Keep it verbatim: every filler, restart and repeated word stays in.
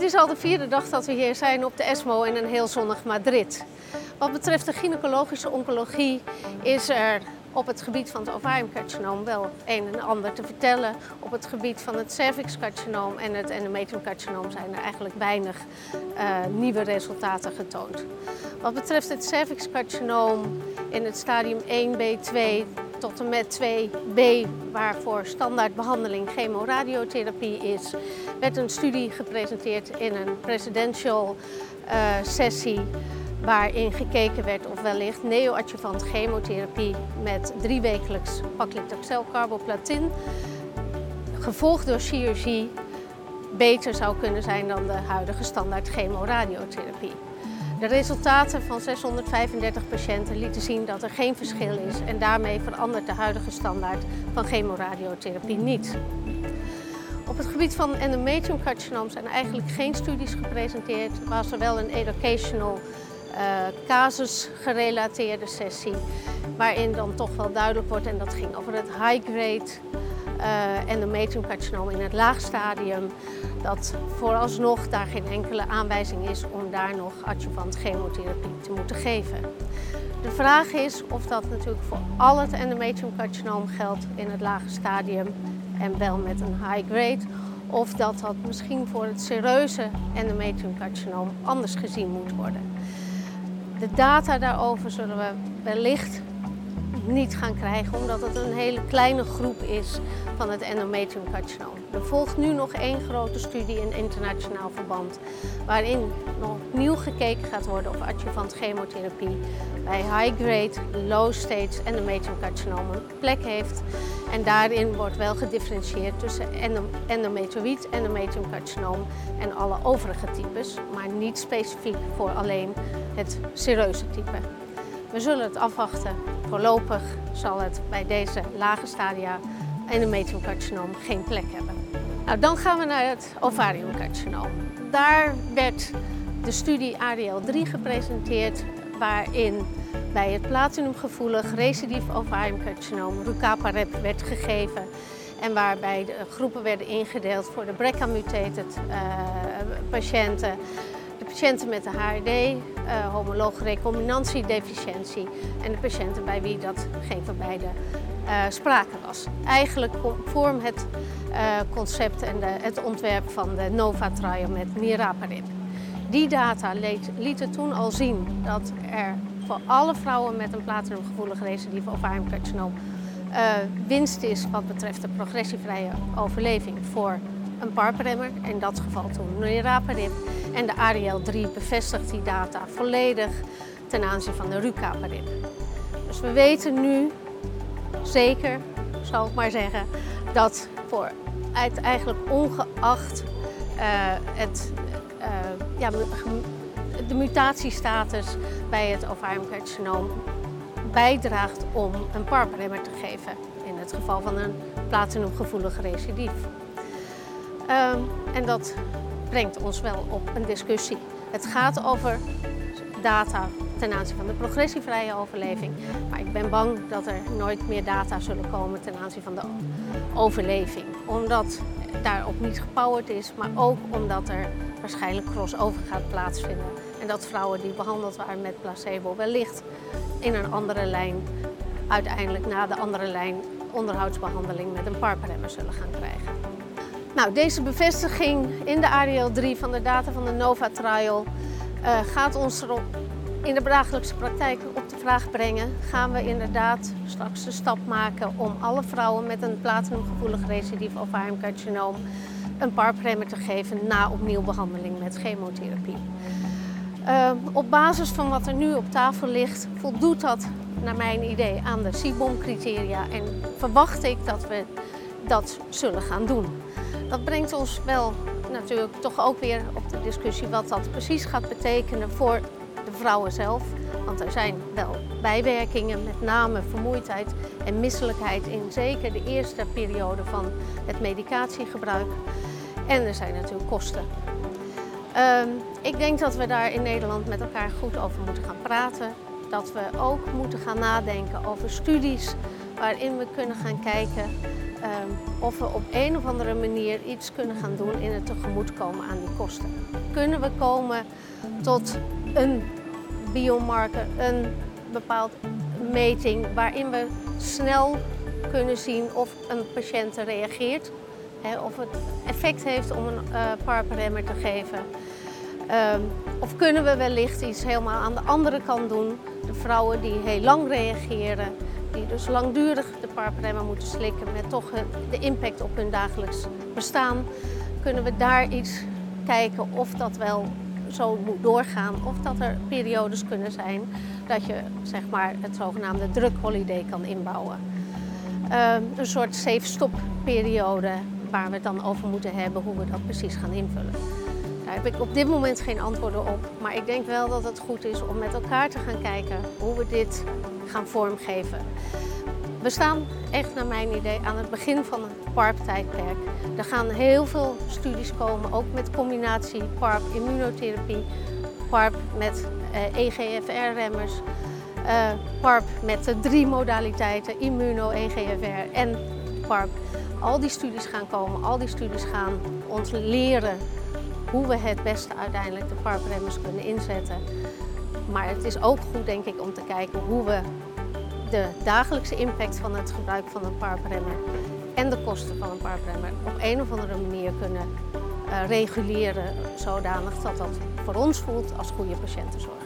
is al de vierde dag dat we hier zijn op de ESMO in een heel zonnig Madrid. Wat betreft de gynaecologische oncologie is er op het gebied van het ovariumcarcinoom wel een en ander te vertellen. Op het gebied van het cervixcarcinoom en het endometriumcarcinoom zijn er eigenlijk weinig uh, nieuwe resultaten getoond. Wat betreft het cervixcarcinoom in het stadium één B twee tot en met twee B, waarvoor standaardbehandeling chemoradiotherapie is, werd een studie gepresenteerd in een presidential uh, sessie, waarin gekeken werd of wellicht neoadjuvant chemotherapie met driewekelijks paclitaxel carboplatin, gevolgd door chirurgie, beter zou kunnen zijn dan de huidige standaard chemoradiotherapie. De resultaten van zeshonderdvijfendertig patiënten lieten zien dat er geen verschil is en daarmee verandert de huidige standaard van chemoradiotherapie niet. Op het gebied van endometriumcarcinoom zijn er eigenlijk geen studies gepresenteerd. Er was er wel een educational uh, casus-gerelateerde sessie, waarin dan toch wel duidelijk wordt, en dat ging over het high-grade uh, endometriumcarcinoom in het laagstadium, dat vooralsnog daar geen enkele aanwijzing is om daar nog adjuvant chemotherapie te moeten geven. De vraag is of dat natuurlijk voor al het endometriumcarcinoom geldt in het lage stadium en wel met een high grade, of dat dat misschien voor het sereuze endometriumcarcinoom anders gezien moet worden. De data daarover zullen we wellicht niet gaan krijgen, omdat het een hele kleine groep is van het endometriumcarcinoom. Er volgt nu nog één grote studie in internationaal verband, waarin nog opnieuw gekeken gaat worden of adjuvant chemotherapie bij high-grade, low-stage endometriumcarcinoom een plek heeft. En daarin wordt wel gedifferentieerd tussen endometrioïd endometriumcarcinoom en alle overige types, maar niet specifiek voor alleen het sereuze type. We zullen het afwachten. Voorlopig zal het bij deze lage stadia endometriumcarcinoom geen plek hebben. Nou, dan gaan we naar het ovariumcarcinoom. Daar werd de studie A D L drie gepresenteerd, waarin bij het platinumgevoelig recidief ovariumcarcinoom rucaparib werd gegeven en waarbij de groepen werden ingedeeld voor de B R C A-mutated uh, patiënten, de patiënten met de H R D, uh, homologe recombinantiedeficiëntie en de patiënten bij wie dat geen van beide uh, sprake was. Eigenlijk conform het uh, concept en de, het ontwerp van de NOVA-trial met niraparib. Die data liet, lieten toen al zien dat er voor alle vrouwen met een platinumgevoelig recidief ovariumcarcinoom uh, winst is wat betreft de progressievrije overleving voor een PARP-remmer, in dat geval toen niraparib. En de A D L drie bevestigt die data volledig ten aanzien van de rucaparib. Dus we weten nu zeker, zal ik maar zeggen, dat voor het eigenlijk ongeacht uh, het, uh, ja, de mutatiestatus bij het ovariumcarcinoom bijdraagt om een PARP-remmer te geven in het geval van een platinumgevoelig recidief. Um, en dat brengt ons wel op een discussie. Het gaat over data ten aanzien van de progressievrije overleving, maar ik ben bang dat er nooit meer data zullen komen ten aanzien van de overleving. Omdat daarop niet gepowerd is, maar ook omdat er waarschijnlijk crossover gaat plaatsvinden. En dat vrouwen die behandeld waren met placebo wellicht in een andere lijn, uiteindelijk na de andere lijn onderhoudsbehandeling met een PARP-remmer zullen gaan krijgen. Nou, deze bevestiging in de A D L drie van de data van de NOVA-trial uh, gaat ons erop in de dagelijkse praktijk op de vraag brengen: gaan we inderdaad straks de stap maken om alle vrouwen met een platinumgevoelig recidief ovariumcarcinoom een PARP-remmer te geven na opnieuw behandeling met chemotherapie? Uh, op basis van wat er nu op tafel ligt, voldoet dat naar mijn idee aan de C I B O M-criteria en verwacht ik dat we dat zullen gaan doen. Dat brengt ons wel natuurlijk toch ook weer op de discussie wat dat precies gaat betekenen voor de vrouwen zelf. Want er zijn wel bijwerkingen, met name vermoeidheid en misselijkheid in zeker de eerste periode van het medicatiegebruik. En er zijn natuurlijk kosten. Um, ik denk dat we daar in Nederland met elkaar goed over moeten gaan praten. Dat we ook moeten gaan nadenken over studies waarin we kunnen gaan kijken um, of we op een of andere manier iets kunnen gaan doen in het tegemoetkomen aan die kosten. Kunnen we komen tot een biomarker, een bepaald meting waarin we snel kunnen zien of een patiënt reageert, hè, of het effect heeft om een uh, P A R P-remmer te geven. Um, of kunnen we wellicht iets helemaal aan de andere kant doen, de vrouwen die heel lang reageren, die dus langdurig de P A R P-remmer moeten slikken met toch de impact op hun dagelijks bestaan, kunnen we daar iets kijken of dat wel zo moet doorgaan of dat er periodes kunnen zijn dat je zeg maar, het zogenaamde drukholiday kan inbouwen. Uh, een soort safe stop periode waar we het dan over moeten hebben hoe we dat precies gaan invullen. Daar heb ik op dit moment geen antwoorden op, maar ik denk wel dat het goed is om met elkaar te gaan kijken hoe we dit gaan vormgeven. We staan echt naar mijn idee aan het begin van het P A R P-tijdperk. Er gaan heel veel studies komen, ook met combinatie P A R P-immunotherapie, P A R P met uh, E G F R-remmers, uh, P A R P met de drie modaliteiten, immuno, E G F R en P A R P. Al die studies gaan komen, al die studies gaan ons leren hoe we het beste uiteindelijk de P A R P-remmers kunnen inzetten. Maar het is ook goed, denk ik, om te kijken hoe we de dagelijkse impact van het gebruik van een P A R P-remmer en de kosten van een P A R P-remmer op een of andere manier kunnen uh, reguleren, zodanig dat dat voor ons voelt als goede patiëntenzorg.